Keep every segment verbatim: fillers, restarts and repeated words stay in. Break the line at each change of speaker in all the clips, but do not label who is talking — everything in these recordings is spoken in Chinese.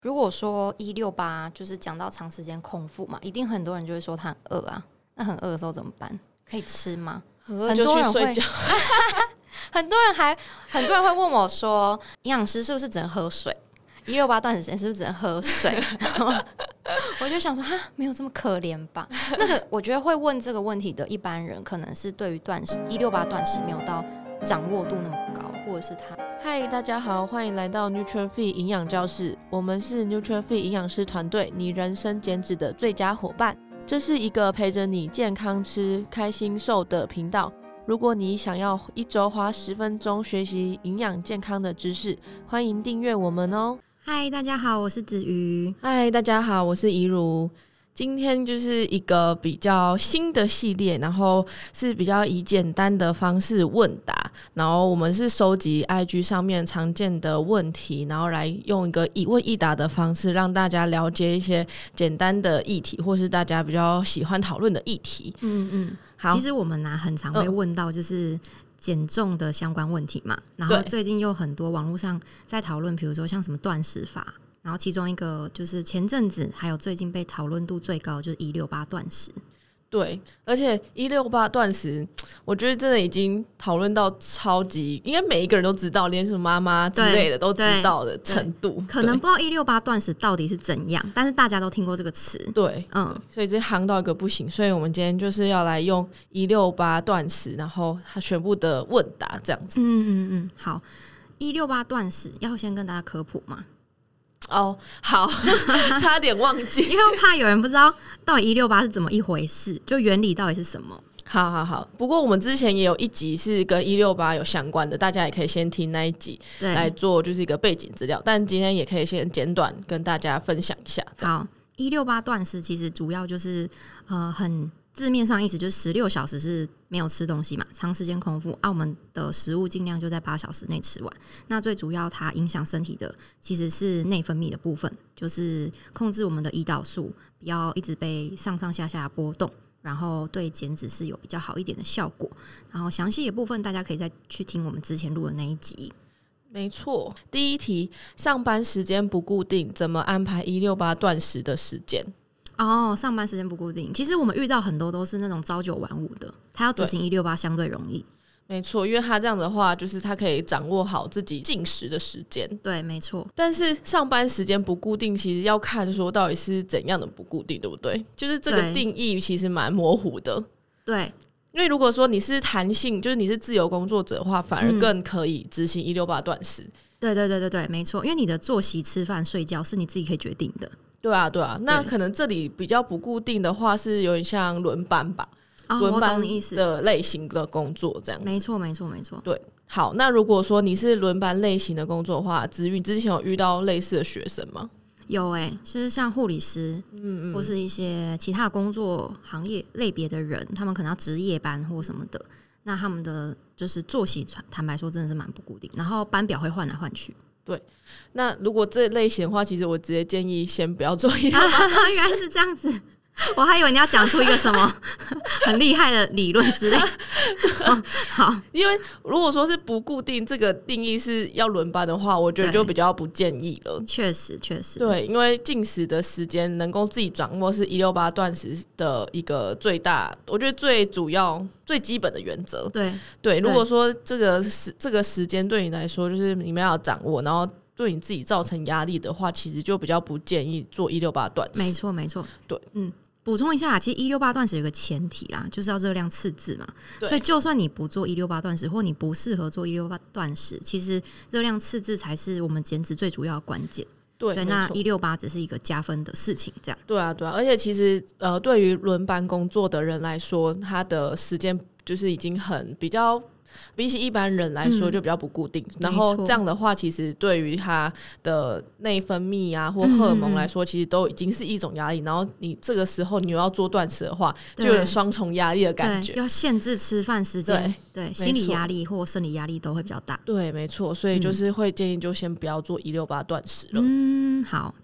如果说一六八就是讲到长时间空腹嘛，一定很多人就会说他很饿啊。那很饿的时候怎么办？可以吃吗？
很饿就去睡觉。
很多人还很多人会问我说，营养师是不是只能喝水？一六八断食时间是不是只能喝水？我就想说，哈，没有这么可怜吧？那个我觉得会问这个问题的一般人，可能是对于断食一六八断食没有到掌握度那么高，或者是他。
嗨，大家好，欢迎来到 NutriFit 营养教室，我们是 NutriFit 营养师团队，你人生减脂的最佳伙伴。这是一个陪着你健康吃、开心瘦的频道。如果你想要一周花十分钟学习营养健康的知识，欢迎订阅我们哦。
嗨，大家好，我是子瑜。
嗨，大家好，我是怡如。今天就是一个比较新的系列，然后是比较以简单的方式问答，然后我们是收集 I G 上面常见的问题，然后来用一个一问一答的方式，让大家了解一些简单的议题，或是大家比较喜欢讨论的议题。
嗯嗯，好，其实我们呢、啊、很常被问到就是减重的相关问题嘛，然后最近又很多网络上在讨论，比如说像什么断食法。然后其中一个就是前阵子还有最近被讨论度最高就是一六八断食。
对，而且一六八断食我觉得真的已经讨论到超级应该每一个人都知道，连什么妈妈之类的都知道的程度。
可能不知道一六八断食到底是怎样，但是大家都听过这个词。
对，嗯，所以这夯到一个不行，所以我们今天就是要来用一六八断食，然后它全部的问答这样子。
嗯嗯嗯，好，一六八断食要先跟大家科普嘛。
哦，好，差点忘记，
因为怕有人不知道到底一六八是怎么一回事，就原理到底是什么。
好好好，不过我们之前也有一集是跟一六八有相关的，大家也可以先听那一集来做就是一个背景资料，但今天也可以先简短跟大家分享一下。
好，一六八断食其实主要就是呃很字面上意思就是十六小时是没有吃东西嘛，长时间空腹啊，我们的食物尽量就在八小时内吃完。那最主要它影响身体的其实是内分泌的部分，就是控制我们的胰岛素不要一直被上上下下波动，然后对减脂是有比较好一点的效果。然后详细的部分大家可以再去听我们之前录的那一集。
没错，第一题，上班时间不固定，怎么安排一六八断食的时间？
哦，上班时间不固定，其实我们遇到很多都是那种朝九晚五的，他要执行一六八相对容易。
没错，因为他这样的话，就是他可以掌握好自己进食的时间。
对，没错。
但是上班时间不固定，其实要看说到底是怎样的不固定，对不对？就是这个定义其实蛮模糊的。
对，
因为如果说你是弹性，就是你是自由工作者的话，反而更可以执行一六八断食。嗯、
对对对对对，没错，因为你的作息、吃饭、睡觉是你自己可以决定的。
对啊，对啊，那可能这里比较不固定的话，是有点像轮班吧，轮、哦、班的类型的工作这样子。
没错，没错，没错。
对，好，那如果说你是轮班类型的工作的话，子瑜之前有遇到类似的学生吗？
有哎、欸，就是像护理师，嗯嗯，或是一些其他工作行业类别的人，他们可能要值夜班或什么的，那他们的就是作息，坦白说真的是蛮不固定，然后班表会换来换去。
对，那如果这类型的话，其实我直接建议先不要做一六八。
啊，原来是这样子，我还以为你要讲出一个什么很厉害的理论之类。哦，好，
因为如果说是不固定这个定义是要轮班的话，我觉得就比较不建议了。
确实，确实，
对，因为进食的时间能够自己掌握是一六八断食的一个最大，我觉得最主要、最基本的原则。
对
对，如果说这个时这个时间对你来说就是你们要掌握，然后对你自己造成压力的话，其实就比较不建议做一六八断食。
没错，没错。
对，嗯。
补充一下啦，其实一六八断食有个前提啦，就是要热量赤字嘛。所以就算你不做一六八断食，或你不适合做一六八断食，其实热量赤字才是我们减脂最主要的关键。
对，
对，那一六八只是一个加分的事情，这样。
对啊，对啊，而且其实呃，对于轮班工作的人来说，他的时间就是已经很比较。比起一般人来说就比较不固定、嗯、然后这样的话其实对于他的内分泌啊或荷尔蒙来说、嗯、其实都已经是一种压力，然后你这个时候你又要做断食的话就有双重压力的感觉，
要限制吃饭时间， 对, 对心理压力或生理压力都会比较大。
对，没错，所以就是会建议就先不要做一六八断食了。
嗯，好，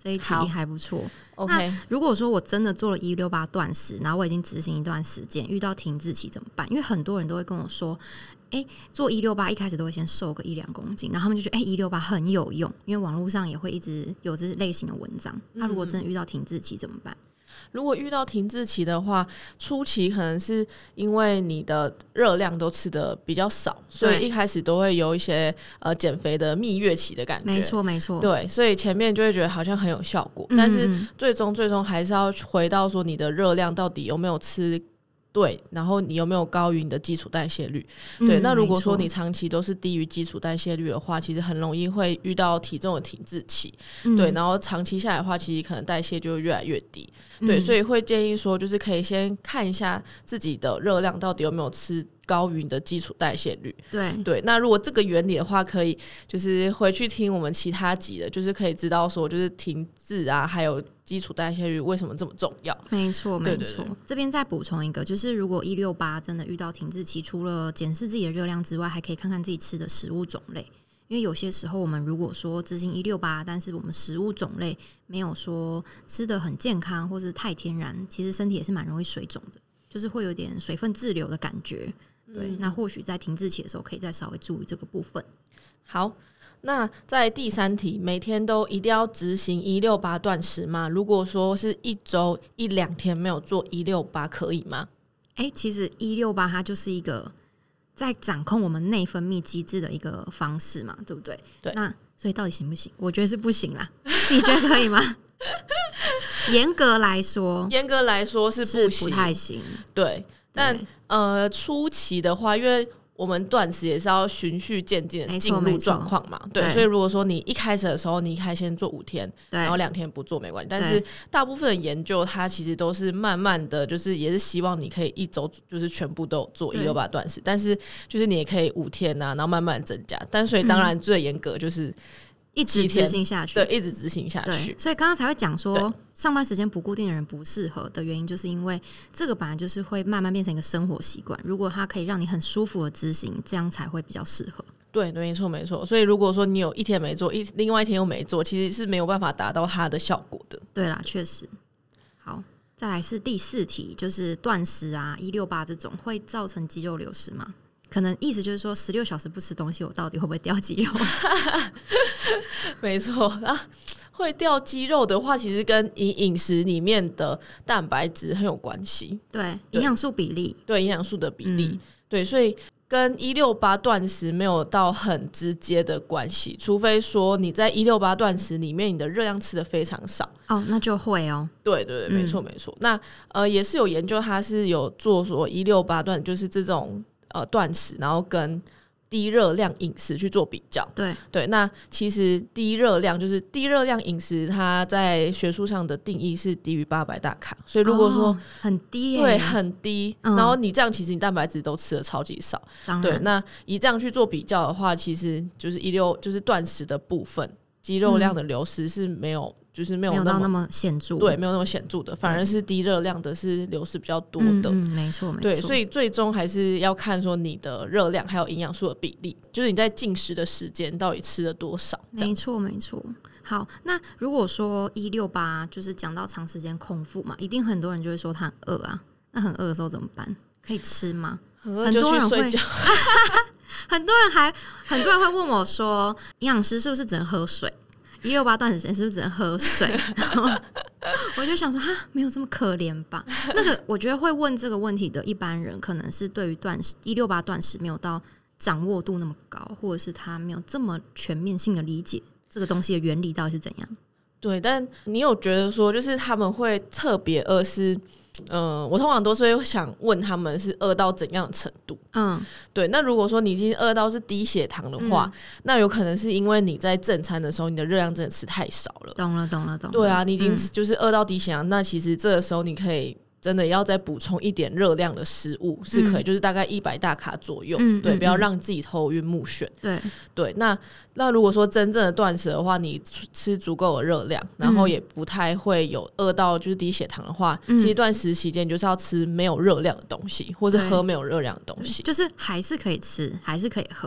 这一题还不错。
OK，
那如果说我真的做了一六八断食，然后我已经执行一段时间，遇到停滞期怎么办？因为很多人都会跟我说，哎、欸，做一六八一开始都会先瘦个一两公斤，然后他们就觉得哎一六八很有用，因为网络上也会一直有这类型的文章。那如果真的遇到停滞期怎么办？
如果遇到停滞期的话，初期可能是因为你的热量都吃的比较少，所以一开始都会有一些呃减肥的蜜月期的感觉。
没错没错，
对，所以前面就会觉得好像很有效果，嗯嗯，但是最终最终还是要回到说你的热量到底有没有吃对，然后你有没有高于你的基础代谢率？对，嗯，那如果说你长期都是低于基础代谢率的话，其实很容易会遇到体重的停滞期。嗯，对，然后长期下来的话，其实可能代谢就会越来越低。对，所以会建议说，就是可以先看一下自己的热量到底有没有吃高于你的基础代谢率。
对
对，那如果这个原理的话，可以就是回去听我们其他集的，就是可以知道说，就是停滞啊，还有基础代谢率为什么这么重要。
没错没错，这边再补充一个，就是如果一六八真的遇到停滞期，除了检视自己的热量之外，还可以看看自己吃的食物种类。因为有些时候我们如果说执行一六八，但是我们食物种类没有说吃得很健康或是太天然，其实身体也是蛮容易水肿的，就是会有点水分滞留的感觉。对，嗯，那或许在停滞期的时候可以再稍微注意这个部分。
好，那在第三题，每天都一定要执行一六八断食吗？如果说是一周一两天没有做一六八可以吗？
欸，其实一六八它就是一个在掌控我们内分泌机制的一个方式嘛，对不对？
对。
那所以到底行不行？我觉得是不行啦。你觉得可以吗？严格来说，
严格来说是不行，
是不太行。
对，但呃，初期的话，因为我们断食也是要循序渐进的进入状况嘛，对，所以如果说你一开始的时候，你可以先做五天，然后两天不做没关系。但是大部分的研究，它其实都是慢慢的，就是也是希望你可以一周就是全部都有做一六八断食，但是就是你也可以五天啊，然后慢慢增加。但所以当然最严格就是。嗯
一直执行下去，
对，一直执行下去。
所以刚刚才会讲说，上班时间不固定的人不适合的原因，就是因为这个本来就是会慢慢变成一个生活习惯。如果它可以让你很舒服的执行，这样才会比较适合。
对，没错，没错。所以如果说你有一天没做，一另外一天又没做，其实是没有办法达到它的效果的。
对啦，确实。好，再来是第四题，就是断食啊，一六八这种会造成肌肉流失吗？可能意思就是说，十六小时不吃东西，我到底会不会掉肌肉？
没错啊，会掉肌肉的话，其实跟你饮食里面的蛋白质很有关系。
对，营养素比例，
对营养素的比例，嗯，对，所以跟一六八断食没有到很直接的关系，除非说你在一六八断食里面，你的热量吃的非常少。
哦，那就会哦。
对对对，没错没错。那呃，也是有研究，它是有做说一六八断，就是这种。呃，断食，然后跟低热量饮食去做比较。
对
对，那其实低热量就是低热量饮食，它在学术上的定义是低于八百大卡。所以如果说，
哦，很低耶，
对，很低，嗯，然后你这样其实你蛋白质都吃的超级少。对，那以这样去做比较的话，其实就是一六就是断食的部分，肌肉量的流失是没有。嗯就是没有那么
没有到那么显著，
对，没有那么显著的，反而是低热量的是流失比较多的。
嗯，没错，没错。
对，所以最终还是要看说你的热量还有营养素的比例，就是你在进食的时间到底吃了多少。
没错，没错。好，那如果说一六八就是讲到长时间空腹嘛，一定很多人就会说他很饿啊，那很饿的时候怎么办？可以吃吗？
很饿就去睡觉。
很多人还很多人会问我说，营养师是不是只能喝水？一六八断食时间是不是只能喝水？然后我就想说，哈，没有这么可怜吧？那个我觉得会问这个问题的一般人，可能是对于断食一六八断食没有到掌握度那么高，或者是他没有这么全面性的理解这个东西的原理到底是怎样。
对，但你有觉得说，就是他们会特别饿是？嗯，我通常都是会想问他们是饿到怎样的程度。嗯，对。那如果说你已经饿到是低血糖的话，嗯，那有可能是因为你在正餐的时候，你的热量真的吃太少了。
懂了，懂了，懂了。
对啊，你已经就是饿到低血糖，嗯，那其实这个时候你可以真的要再补充一点热量的食物是可以，嗯，就是大概一百大卡左右。嗯，对，不要让自己头晕目眩。
对
对，那那如果说真正的断食的话，你吃足够的热量，然后也不太会有饿到就是低血糖的话，嗯，其实断食期间就是要吃没有热量的东西，或者喝没有热量的东西，
就是还是可以吃，还是可以喝，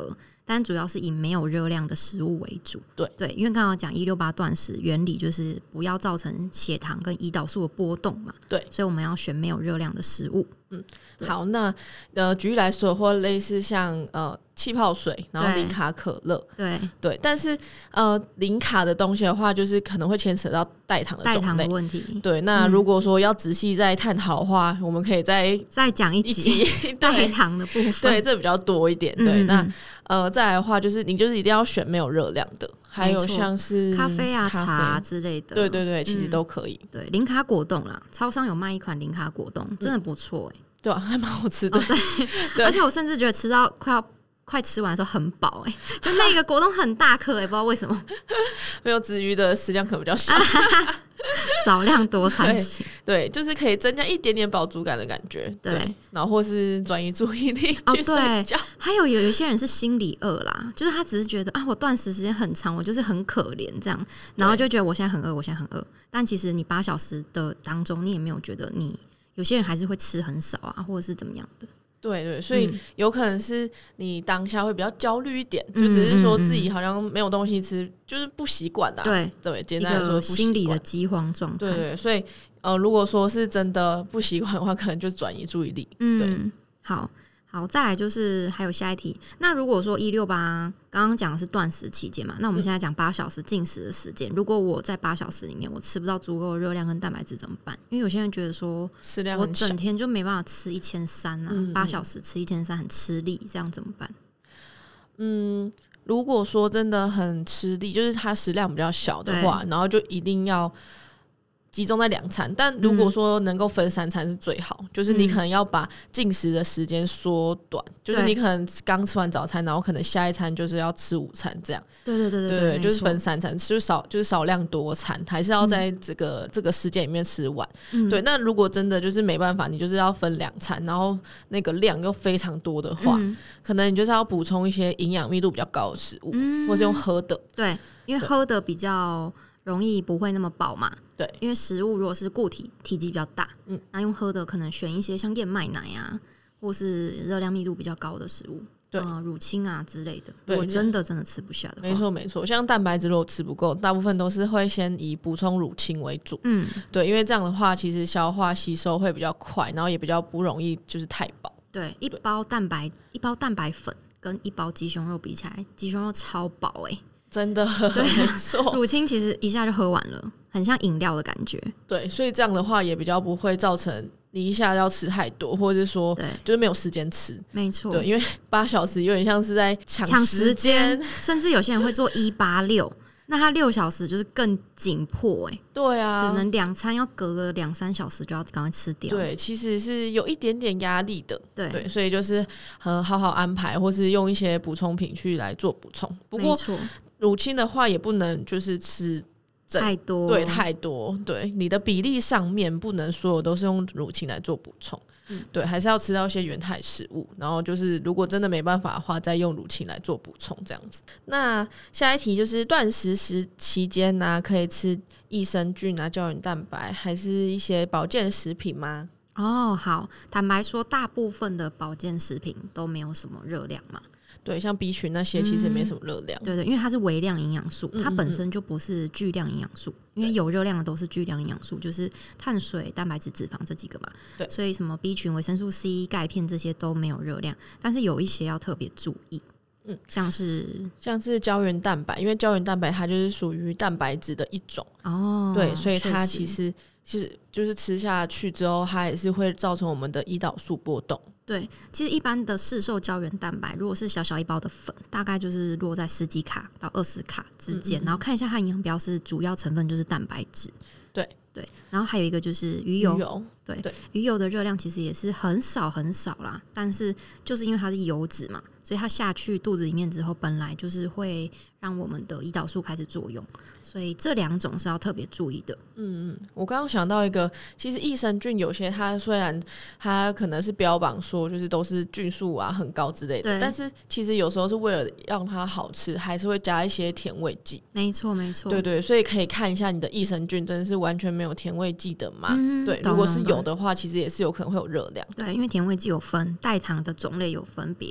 但主要是以没有热量的食物为主。
对
对，因为刚刚讲一六八断食原理就是不要造成血糖跟胰岛素的波动嘛，
对，
所以我们要选没有热量的食物。
嗯，好，那呃，举例来说，或类似像呃气泡水，然后零卡可乐，
对
对，但是呃零卡的东西的话，就是可能会牵扯到代糖的种类，
代糖的问题。
对，那如果说要仔细再探讨的话，嗯、我们可以再
再讲一集代糖的部分，
对，这比较多一点。对，嗯、那呃再来的话，就是你就是一定要选没有热量的。还有像是
咖啡啊、
咖啡
茶之类的，
对对对，其实都可以。
嗯、对，零卡果冻啦，超商有卖一款零卡果冻，真的不错哎、欸嗯，
对啊，还蛮好吃的。
哦、对, 对，而且我甚至觉得吃到快要快吃完的时候很饱哎、欸，就那个果冻很大颗哎、欸，不知道为什么。
没有子瑜的食量可能比较小。
少量多餐型，
对，就是可以增加一点点饱足感的感觉， 对, 对，然后或是转移注意力去睡觉。
哦、还有有一些人是心理饿啦，就是他只是觉得啊，我断食时间很长，我就是很可怜这样，然后就觉得我现在很饿，我现在很饿。但其实你八小时的当中，你也没有觉得你有些人还是会吃很少啊，或者是怎么样的。
对对，所以有可能是你当下会比较焦虑一点，嗯、就只是说自己好像没有东西吃，嗯、就是不习惯啦。
对
对，简单来说，
心理的饥荒状态。
对对，所以呃，如果说是真的不习惯的话，可能就转移注意力。
嗯，
对，
好。好，再来就是还有下一题。那如果说一六八刚刚讲的是断食期间嘛，那我们现在讲八小时进食的时间。如果我在八小时里面我吃不到足够的热量跟蛋白质怎么办？因为有些人觉得说，我整天就没办法吃一千三啊，八、嗯、小时吃一千三很吃力，这样怎么办？
嗯，如果说真的很吃力，就是它食量比较小的话，然后就一定要集中在两餐，但如果说能够分三餐是最好、嗯、就是你可能要把进食的时间缩短、嗯、就是你可能刚吃完早餐，然后可能下一餐就是要吃午餐这样。
对对对 对,
对, 对就是分三餐，吃少就是少量多餐，还是要在这个、嗯、这个时间里面吃完、嗯、对。那如果真的就是没办法，你就是要分两餐，然后那个量又非常多的话、嗯、可能你就是要补充一些营养密度比较高的食物、嗯、或是用喝的。
对，因为喝的比较容易不会那么饱嘛。
对，
因为食物如果是固体，体积比较大，嗯，那用喝的可能选一些像燕麦奶啊，或是热量密度比较高的食物，对，呃、乳清啊之类的。如果真的真的吃不下的话，
没错没错，像蛋白质如果吃不够，大部分都是会先以补充乳清为主，嗯，对，因为这样的话其实消化吸收会比较快，然后也比较不容易就是太饱。
对，一包蛋白一包蛋白粉跟一包鸡胸肉比起来，鸡胸肉超饱哎、欸。
真的没错，
乳清其实一下就喝完了，很像饮料的感觉。
对，所以这样的话也比较不会造成你一下要吃太多，或者是说就是没有时间吃。
没错，
对，因为八小时有点像是在抢时间，
甚至有些人会做一八六，那他六小时就是更紧迫哎、欸。
对啊，
只能两餐要隔个两三小时就要赶快吃掉。
对，其实是有一点点压力的。
对,
对，所以就是呃好好安排，或是用一些补充品去来做补充。不过，乳清的话也不能就是吃
太多，
对，太多，对，你的比例上面不能所有都是用乳清来做补充。嗯、对，还是要吃到一些原态食物，然后就是如果真的没办法的话，再用乳清来做补充这样子。那下一题就是断食时期间呢、啊，可以吃益生菌啊、胶原蛋白，还是一些保健食品吗？
哦，好，坦白说，大部分的保健食品都没有什么热量嘛。
对，像 B 群那些其实没什么热量、
嗯、对对，因为它是微量营养素，它本身就不是巨量营养素，嗯嗯嗯，因为有热量的都是巨量营养素，就是碳水、蛋白质、脂肪这几个嘛。对，所以什么 B 群、维生素 C、钙片这些都没有热量，但是有一些要特别注意。嗯，像是
像是胶原蛋白，因为胶原蛋白它就是属于蛋白质的一种哦，对，所以它其实是就是吃下去之后，它也是会造成我们的胰岛素波动。
对，其实一般的市售胶原蛋白，如果是小小一包的粉，大概就是落在十几卡到二十卡之间、嗯嗯，然后看一下它营养标示，主要成分就是蛋白质。
对
对，然后还有一个就是鱼油，
鱼油
对,
对
鱼油的热量其实也是很少很少啦，但是就是因为它是油脂嘛，所以它下去肚子里面之后，本来就是会让我们的胰岛素开始作用，所以这两种是要特别注意的。
嗯嗯，我刚刚想到一个，其实益生菌有些它虽然它可能是标榜说就是都是菌数啊很高之类的，但是其实有时候是为了让它好吃，还是会加一些甜味剂。
没错没错，
对对，所以可以看一下你的益生菌真的是完全没有甜味剂的吗？嗯、对，如果是有的话，其实也是有可能会有热量。
对，因为甜味剂有分代糖的种类有分别。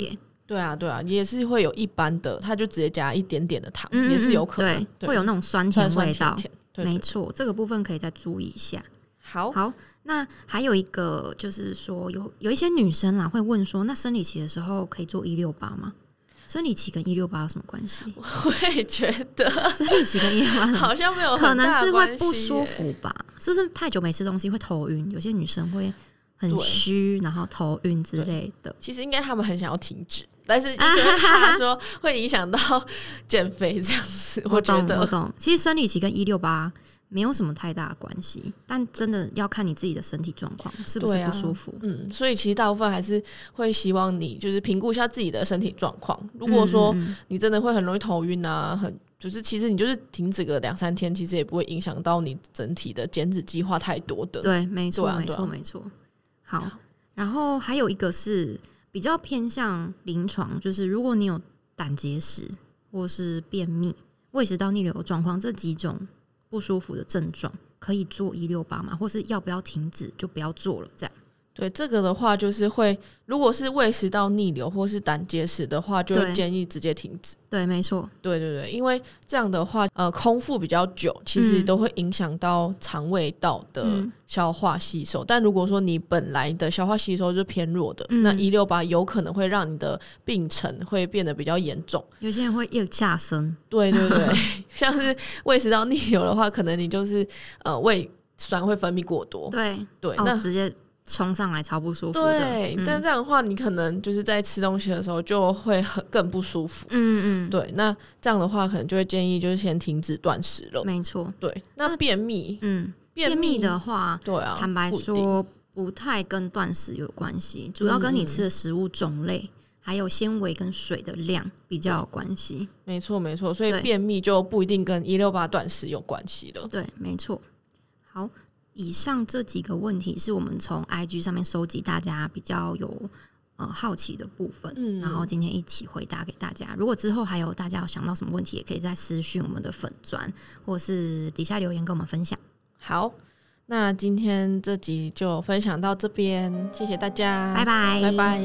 对啊对啊，也是会有一般的，它就直接加一点点的糖，
嗯嗯
也是有可能，
对，
对，
会有那种酸甜味道，
酸酸甜甜，对对对，
没错，这个部分可以再注意一下。
好
好，那还有一个就是说，有有一些女生啦会问说，那生理期的时候可以做一六八吗？生理期跟一六八有什么关系？
我也觉得
生理期跟一六八
好像没有
可能
很大的
是会不
关系
舒服吧？是不是太久没吃东西会头晕？有些女生会很虚，然后头晕之类的。
其实应该他们很想要停止，但是就是会怕说会影响到减肥这样子。
我
觉得
懂，我懂。其实生理期跟一六八没有什么太大的关系，但真的要看你自己的身体状况是不是不舒服。
啊、嗯，所以其实大部分还是会希望你就是评估一下自己的身体状况。如果说你真的会很容易头晕啊，很就是其实你就是停止个两三天，其实也不会影响到你整体的减脂计划太多的。
对，没错，
啊、
没错，没错。好，然后还有一个是比较偏向临床，就是如果你有胆结石或是便秘、胃食道逆流的状况，这几种不舒服的症状可以做一六八吗？或是要不要停止就不要做了？这样。
对，这个的话就是会，如果是胃食道逆流或是胆结石的话，就会建议直接停止。
对，没错。
对对对，因为这样的话，呃，空腹比较久，其实都会影响到肠胃道的消化吸收。嗯、但如果说你本来的消化吸收就偏弱的，嗯、那一六八有可能会让你的病程会变得比较严重。
有些人会腋下生。
对对对，像是胃食道逆流的话，可能你就是呃胃酸会分泌过多。
对
对，
哦、
那
直接冲上来超不舒服的。
对、
嗯，
但这样的话，你可能就是在吃东西的时候就会很更不舒服。
嗯嗯，
对，那这样的话，可能就会建议就是先停止断食了。
没错。
对，那便秘，
嗯，
便秘
便秘的话，
对啊，
坦白说不太跟断食有关系，主要跟你吃的食物种类、嗯、还有纤维跟水的量比较有关系。
没错没错，所以便秘就不一定跟一六八断食有关系了。
对，没错。好。以上这几个问题是我们从 I G 上面收集大家比较有呃好奇的部分、嗯，然后今天一起回答给大家。如果之后还有大家有想到什么问题，也可以再私讯我们的粉专，或是底下留言跟我们分享。
好，那今天这集就分享到这边，谢谢大家，
拜拜，
拜拜。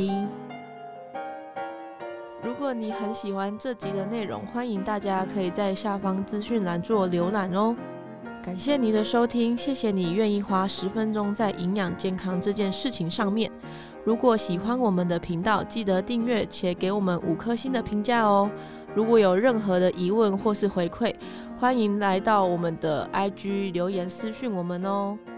如果你很喜欢这集的内容，欢迎大家可以在下方资讯栏做浏览哦。感谢你的收听，谢谢你愿意花十分钟在营养健康这件事情上面。如果喜欢我们的频道，记得订阅且给我们五颗星的评价哦。如果有任何的疑问或是回馈，欢迎来到我们的 I G 留言私讯我们哦。